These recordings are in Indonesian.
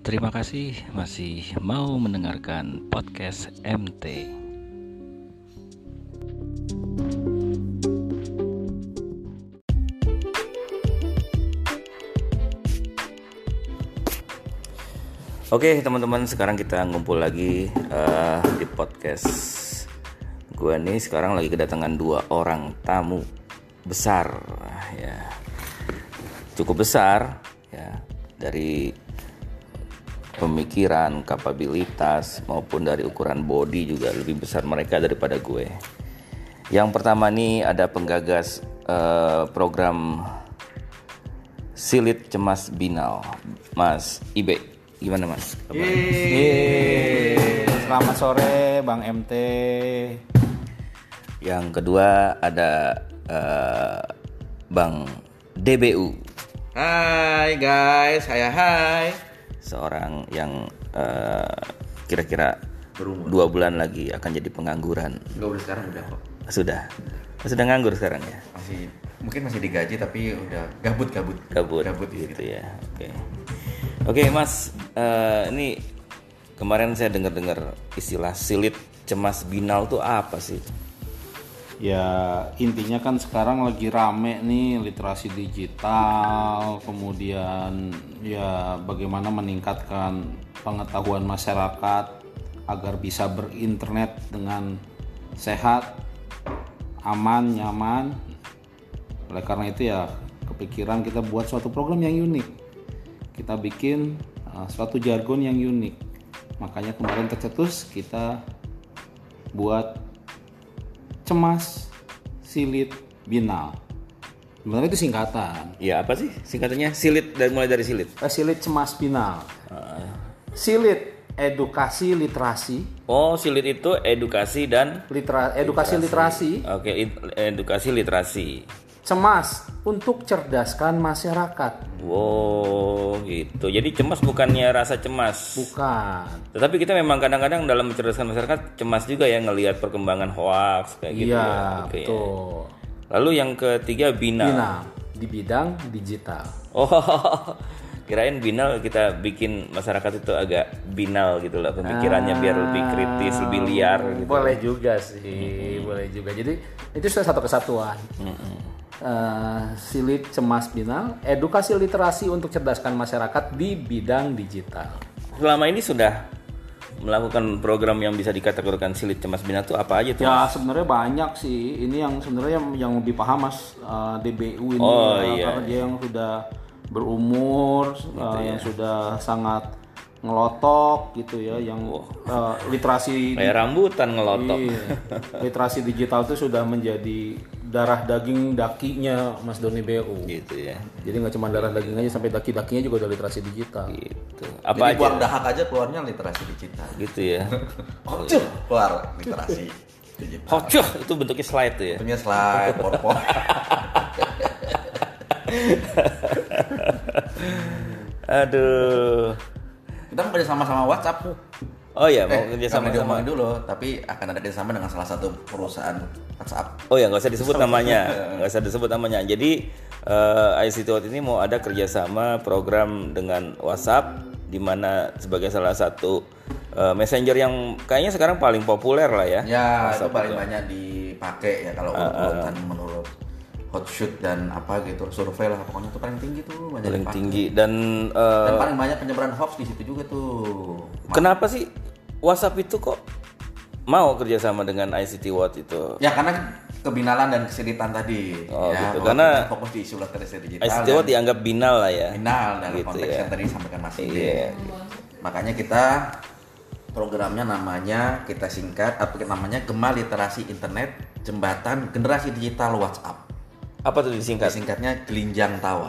Terima kasih masih mau mendengarkan podcast MT. Oke teman-teman, sekarang kita ngumpul lagi di podcast gue nih. Sekarang lagi kedatangan 2 orang tamu besar, ya cukup besar ya, dari pemikiran, kapabilitas maupun dari ukuran body juga lebih besar mereka daripada gue. Yang pertama nih ada penggagas program Silit Cemas Binal, Mas Ibe. Gimana Mas? Selamat sore Bang MT. Yang kedua ada Bang DBU. Hai guys, hai. Seorang yang kira-kira Berumur 2 bulan lagi akan jadi pengangguran. Enggak, udah sekarang udah kok. Sudah nganggur sekarang ya? Mungkin masih digaji tapi udah gabut gitu ya. Oke Mas, ini kemarin saya dengar istilah silit cemas binal tuh apa sih? Ya intinya kan sekarang lagi rame nih literasi digital, kemudian ya bagaimana meningkatkan pengetahuan masyarakat agar bisa berinternet dengan sehat, aman, nyaman. Oleh karena itu ya kepikiran kita buat suatu program yang unik. Kita bikin suatu jargon yang unik. Makanya kemarin tercetus kita buat cemas silit binal. Sebenarnya itu singkatan. Ya apa sih singkatannya? Silit, dan mulai dari silit. Silit cemas binal. Silit edukasi literasi. Oh, silit itu edukasi dan Edukasi literasi. Oke, edukasi literasi. Cemas untuk cerdaskan masyarakat. Wow, gitu. Jadi cemas bukannya rasa cemas. Bukan. Tetapi kita memang kadang-kadang dalam mencerdaskan masyarakat cemas juga ya, ngelihat perkembangan hoax kayak gitu Iya, ya. Oke, betul. ya. Lalu yang ketiga binal. Binal di bidang digital. Oh, kirain binal kita bikin masyarakat itu agak binal gitu lah pemikirannya, biar lebih kritis, lebih liar gitu. Boleh juga sih, boleh juga. Jadi itu sudah satu kesatuan. Silit cemas binal, edukasi literasi untuk cerdaskan masyarakat di bidang digital. Selama ini sudah melakukan program yang bisa dikategorikan silit cemas binal itu apa aja tuh? Ya sebenarnya banyak sih. Ini yang sebenarnya yang lebih paham Mas DBU ini, karena dia yang sudah berumur, yang sudah sangat ngelotok gitu ya, yang literasi kayak rambutan ngelotok. Iya. Literasi digital itu sudah menjadi darah daging dakinya Mas Doni BU. Gitu ya. Jadi nggak cuma darah daging aja, sampai daki-dakinya juga udah literasi digital. Gitu. Apa jadi aja? Buang dahak aja keluarnya literasi digital. Gitu ya. Keluar literasi digital. Hocuh, itu bentuknya slide tuh ya. Bentuknya slide, PowerPoint. Aduh. Kita mau kerja sama WhatsApp. Oh ya, mau kerja sama dulu, tapi akan ada kerjasama dengan salah satu perusahaan WhatsApp. Oh ya, nggak usah disebut namanya. Jadi ICT World ini mau ada kerjasama program dengan WhatsApp, di mana sebagai salah satu messenger yang kayaknya sekarang paling populer lah ya. Ya, WhatsApp itu paling banyak dipakai ya kalau menurut Hotshoot dan apa gitu, survei lah pokoknya itu paling tinggi tuh, banyak paling dipakai. tinggi dan paling banyak penyebaran hoax di situ juga tuh. Kenapa sih WhatsApp itu kok mau kerjasama dengan ICT World itu? Ya karena kebinalan dan kesilitan tadi. Oh ya, gitu. Karena fokus di isu literasi digital. ICT World dianggap binal lah ya. Binal dalam gitu konteks ya. yang tadi disampaikan Mas Ibe. Iya. Makanya kita programnya namanya kita singkat, namanya Gema Literasi Internet Jembatan Generasi Digital WhatsApp. Apa tuh disingkat? Singkatnya Gelinjang Tawa.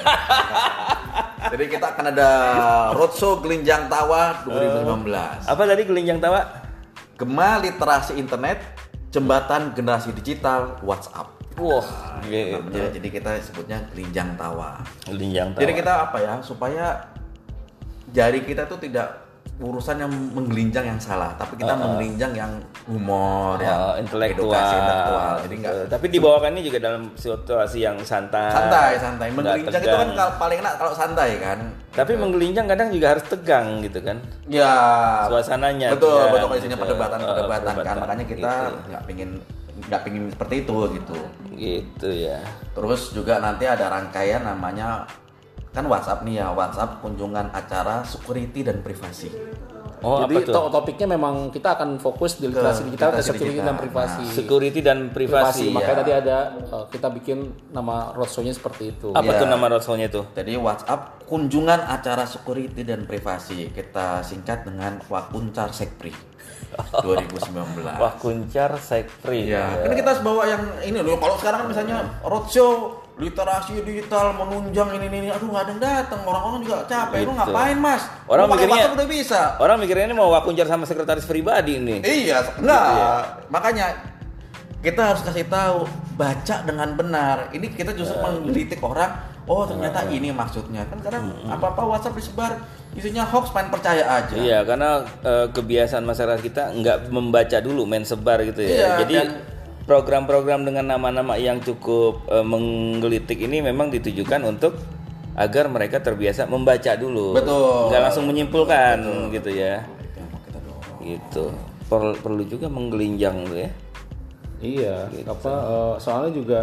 Jadi kita akan ada roadshow Gelinjang Tawa 2019. Apa tadi Gelinjang Tawa? Gema Literasi Internet Jembatan Generasi Digital WhatsApp. Wah, gitu. Jadi kita sebutnya Gelinjang Tawa. Gelinjang Tawa. Jadi kita apa ya, supaya jari kita tuh tidak urusan yang menggelincang yang salah, tapi kita menggelincang yang humor, yang intelektual. Jadi enggak. Tapi dibawakannya juga dalam situasi yang santai. Menggelincang itu kan paling enak kalau santai kan. Tapi menggelincang kadang juga harus tegang gitu kan. Ya. Suasananya. Betul kondisinya perdebatan kan. Makanya kita nggak pingin seperti itu gitu. Gitu ya. Terus juga nanti ada rangkaian namanya kan WhatsApp nih ya, WhatsApp kunjungan acara security dan privasi. Jadi topiknya memang kita akan fokus di literasi digital dan security dan privasi. Security dan privasi. Makanya tadi ada kita bikin nama roadshow-nya seperti itu. Apa tuh nama roadshow-nya tuh? Jadi WhatsApp kunjungan acara security dan privasi. Kita singkat dengan Wakuncar Sekpri 2019. Wakuncar Sekpri. Ya. Ini kita harus bawa yang ini loh. Kalau sekarang kan misalnya roadshow literasi digital menunjang ini, aduh nggak ada yang datang, orang-orang juga capek. Lu ngapain mas? Orang mikirnya udah bisa. Orang mikirnya ini mau wakuncar sama sekretaris pribadi ini. Iya, enggak. Makanya kita harus kasih tahu, baca dengan benar. Ini kita justru menggelitik orang. Oh ternyata ini maksudnya. Kan kadang apa-apa WhatsApp disebar isinya hoax, main percaya aja. Iya, karena kebiasaan masyarakat kita nggak membaca dulu, main sebar gitu ya. Iya, jadi program-program dengan nama-nama yang cukup menggelitik ini memang ditujukan untuk agar mereka terbiasa membaca dulu. Betul. Nggak langsung menyimpulkan. Betul. Gitu ya. Gitu. Perlu juga menggelinjang tuh ya. Iya. Gitu. Soalnya juga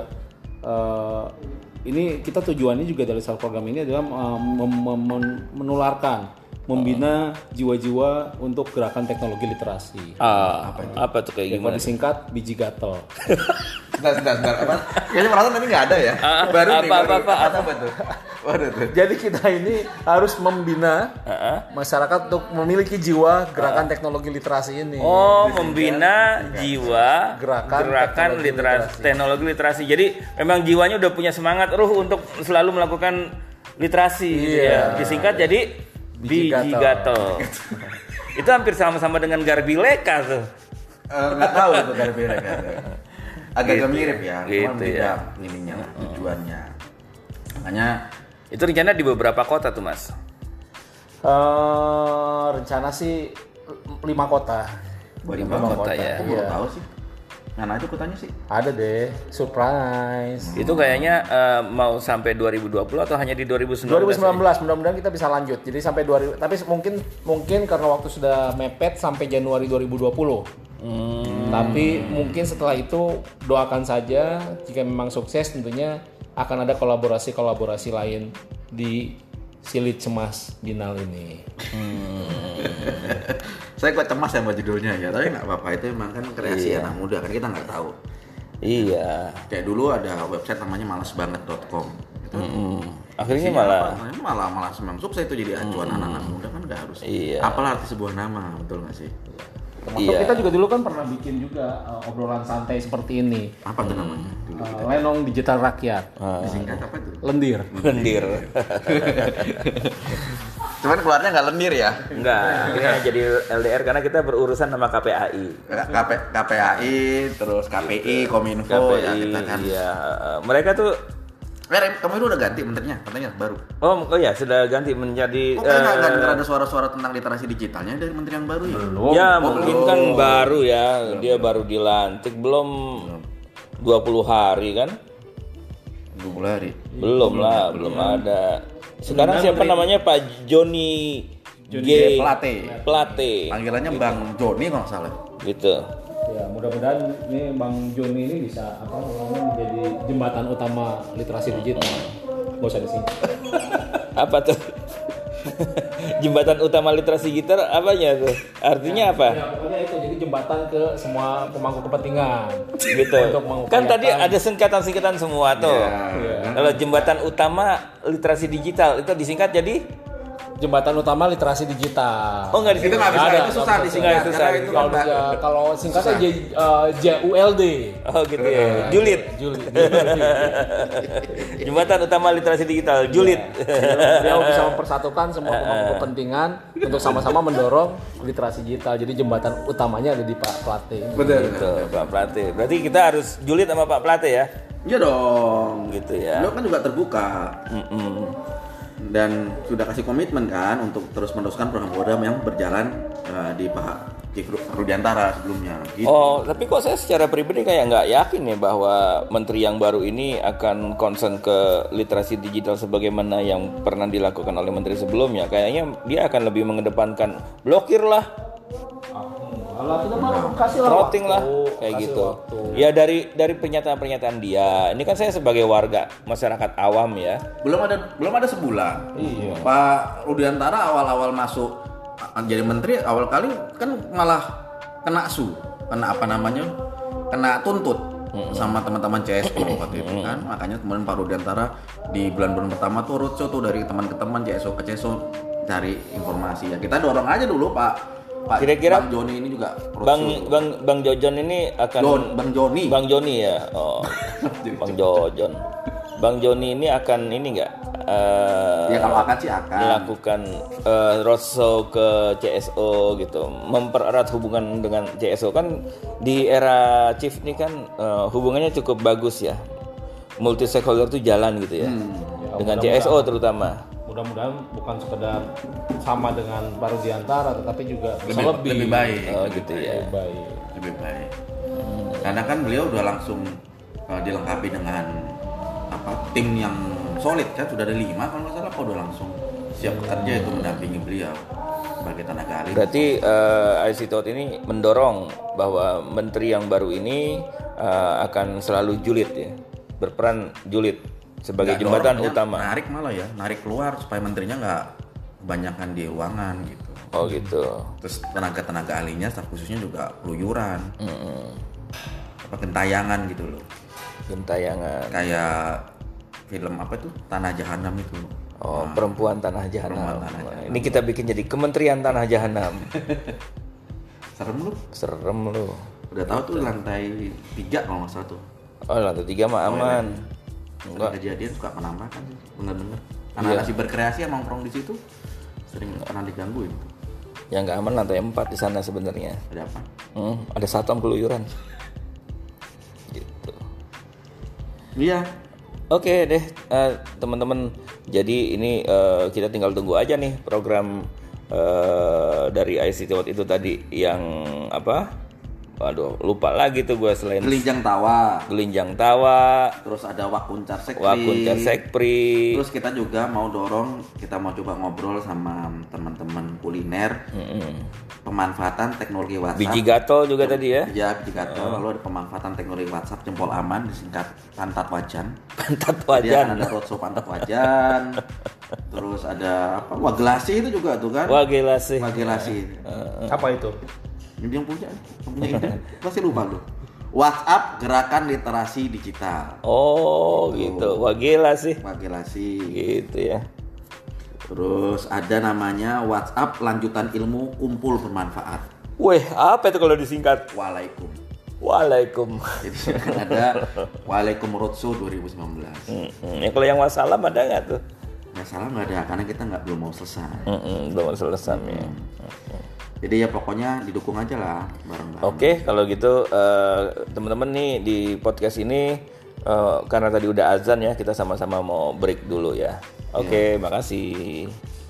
ini kita tujuannya juga dari program ini adalah menularkan, membina jiwa-jiwa untuk gerakan teknologi literasi. Apa tuh kayak gimana? Disingkat biji gatel. Sebentar. Apa? Kayaknya perasaan tadi nggak ada ya. Baru apa tuh? Waduh tuh. Jadi kita ini harus membina masyarakat untuk memiliki jiwa gerakan teknologi literasi ini. Oh, membina jiwa gerakan literasi, teknologi literasi. Jadi memang jiwanya udah punya semangat ruh untuk selalu melakukan literasi. Gitu ya. Disingkat jadi biji gatel. Itu hampir sama-sama dengan Garbileka tuh. Nggak tahu itu Garbileka. Agak mirip ya, gitu beda ininya, tujuannya. Makanya itu rencana di beberapa kota tuh mas. Rencana sih 5 kota. 5 kota ya. Aku baru tahu sih. Mana aja kotanya sih? Ada deh, surprise. Itu kayaknya mau sampai 2020 atau hanya di 2019? 2019, mudah-mudahan kita bisa lanjut. Jadi sampai 2000, tapi mungkin karena waktu sudah mepet sampai Januari 2020. Tapi mungkin setelah itu doakan saja, jika memang sukses tentunya akan ada kolaborasi lain di Silit Cemas Binal ini. Saya kok cemas sama judulnya ya, tapi nggak apa-apa, itu memang kan kreasi anak muda kan, kita nggak tahu. Iya. Kayak dulu ada website namanya malasbanget.com. Akhirnya malah memang sukses itu jadi acuan anak-anak muda kan nggak harus. Iya. Apalah arti sebuah nama, betul nggak sih? Termasuk kita juga dulu kan pernah bikin juga obrolan santai seperti ini. Apa tuh namanya? Lenong Digital Rakyat. Disingkat apa tuh? Lendir. Cuman keluarnya nggak lendir ya? Enggak, akhirnya jadi LDR karena kita berurusan sama KPAI. KPAI, terus KPI, Kominfo, KPI, ya kita kan. Iya, mereka tuh. Kamu itu udah ganti menterinya, katanya baru. Oh ya, sudah ganti menjadi. Kok nggak ada suara-suara tentang literasi digitalnya dari menteri yang baru ya? Belum. Ya mungkin kan baru ya, dia baru dilantik, belum 20 hari kan? 20 hari. Belum ada. Sekarang siapa namanya Pak Joni G. Plate. Panggilannya Bang Joni kalau nggak salah. Gitu. Ya mudah-mudahan ini Bang Joni ini bisa menjadi jembatan utama literasi digital. Nggak usah disingkat. Apa tuh? Jembatan utama literasi digital apanya tuh? Artinya apa? Ya pokoknya itu, jadi jembatan ke semua pemangku kepentingan. Gitu. Kan tadi ada singkatan-singkatan semua tuh. Yeah. Kalau jembatan utama literasi digital itu disingkat jadi jembatan utama literasi digital. Oh enggak disingkat. Itu susah disingkat. Kalau singkatnya JULD. Oh gitu ya. Julid. Jembatan utama literasi digital, Julid. Dia bisa mempersatukan semua pemangku kepentingan untuk sama-sama mendorong literasi digital. Jadi jembatan utamanya ada di Pak Plate. Betul. Gitu, Pak Plate. Berarti kita harus julid sama Pak Plate ya? Iya dong. Gitu ya. Lo kan juga terbuka. dan sudah kasih komitmen kan untuk terus meneruskan program-program yang berjalan di Pak Rudiantara sebelumnya. Gitu. Oh, tapi kok saya secara pribadi kayak nggak yakin ya bahwa menteri yang baru ini akan concern ke literasi digital sebagaimana yang pernah dilakukan oleh menteri sebelumnya. Kayaknya dia akan lebih mengedepankan blokir lah. Alah, kita baru kasih lah routing lah kayak gitu. Waktu. Ya dari pernyataan-pernyataan dia. Ini kan saya sebagai warga masyarakat awam ya. Belum ada sebulan. Iya. Pak Rudiantara awal-awal masuk jadi menteri awal kali kan malah kena tuntut sama teman-teman CSO waktu itu kan. Makanya kemudian Pak Rudiantara di bulan-bulan pertama tuh roadshow tuh dari teman-teman CSO ke CSO cari informasi ya. Kita dorong aja dulu Pak. Kira-kira Bang Joni ini juga Bang Jojon ini akan Bang Joni ya. Oh. Bang Jojon. Bang Joni ini akan ini enggak? Ya kalau akan sih akan melakukan roadshow ke CSO gitu, mempererat hubungan dengan CSO kan di era Chief ini kan hubungannya cukup bagus ya, multi stakeholder tuh jalan gitu ya, dengan CSO terutama. Mudah-mudahan bukan sekedar sama dengan Pak Rudiantara tetapi juga lebih baik. Oh gitu ya. Lebih baik. Karena kan beliau udah langsung dilengkapi dengan tim yang solid kan, sudah ada 5 kalau nggak salah, udah langsung siap bekerja itu mendampingi beliau sebagai tenaga ahli. Berarti ICTOT ini mendorong bahwa menteri yang baru ini akan selalu julid ya, berperan julid sebagai jembatan utama. Narik keluar supaya menterinya nggak kebanyakan di ruangan gitu. Oh gitu. Terus tenaga ahlinya, staf khususnya juga keluyuran. Gentayangan gitu loh. Gentayangan. Kayak film apa tuh Tanah Jahanam itu. Oh, Perempuan Tanah Jahanam. Ini kita bikin jadi Kementerian Tanah Jahanam. Serem lu. Udah tahu tuh lantai 3 kalau nggak salah tuh. Oh, lantai 3 mah aman. Enggak. Kejadian suka menambahkan sih, bener-bener. Anak-anak si berkreasi yang nongkrong di situ sering pernah digangguin. Yang nggak aman lantai 4 di sana sebenarnya. Ada apa? Ada satpam keluyuran. Gitu. Iya. Oke deh, teman-teman. Jadi ini kita tinggal tunggu aja nih program dari ICTOT itu tadi yang apa? Waduh, lupa lagi tuh gue selain Gelinjang Tawa. Terus ada Wakuncar Sekpri. Terus kita juga mau coba ngobrol sama teman-teman kuliner. Pemanfaatan teknologi WhatsApp. Biji gato juga tadi ya? Iya, biji gato. Lalu ada pemanfaatan teknologi WhatsApp jempol aman, disingkat Pantat Wajan. Jadi ada roadshow Pantat Wajan. Terus ada apa? Wagelasi itu juga tuh kan? Wagelasi. Apa itu? Ini yang punya ide. Pasti lupa lu. WhatsApp Gerakan Literasi Digital. Oh, gitu. Wagelasi. Gitu ya. Terus ada namanya WhatsApp Lanjutan Ilmu Kumpul Bermanfaat. Weh, apa itu kalau disingkat? Waalaikum. Jadi akan ada Waalaikum Roadshow 2019. Ya kalau yang wassalam ada nggak tuh? Wassalam nggak ada karena kita belum mau selesai. Belum selesai ya. Jadi ya pokoknya didukung aja lah bareng-bareng. Oke, kalau gitu teman-teman nih di podcast ini karena tadi udah azan ya, kita sama-sama mau break dulu ya. Oke, makasih.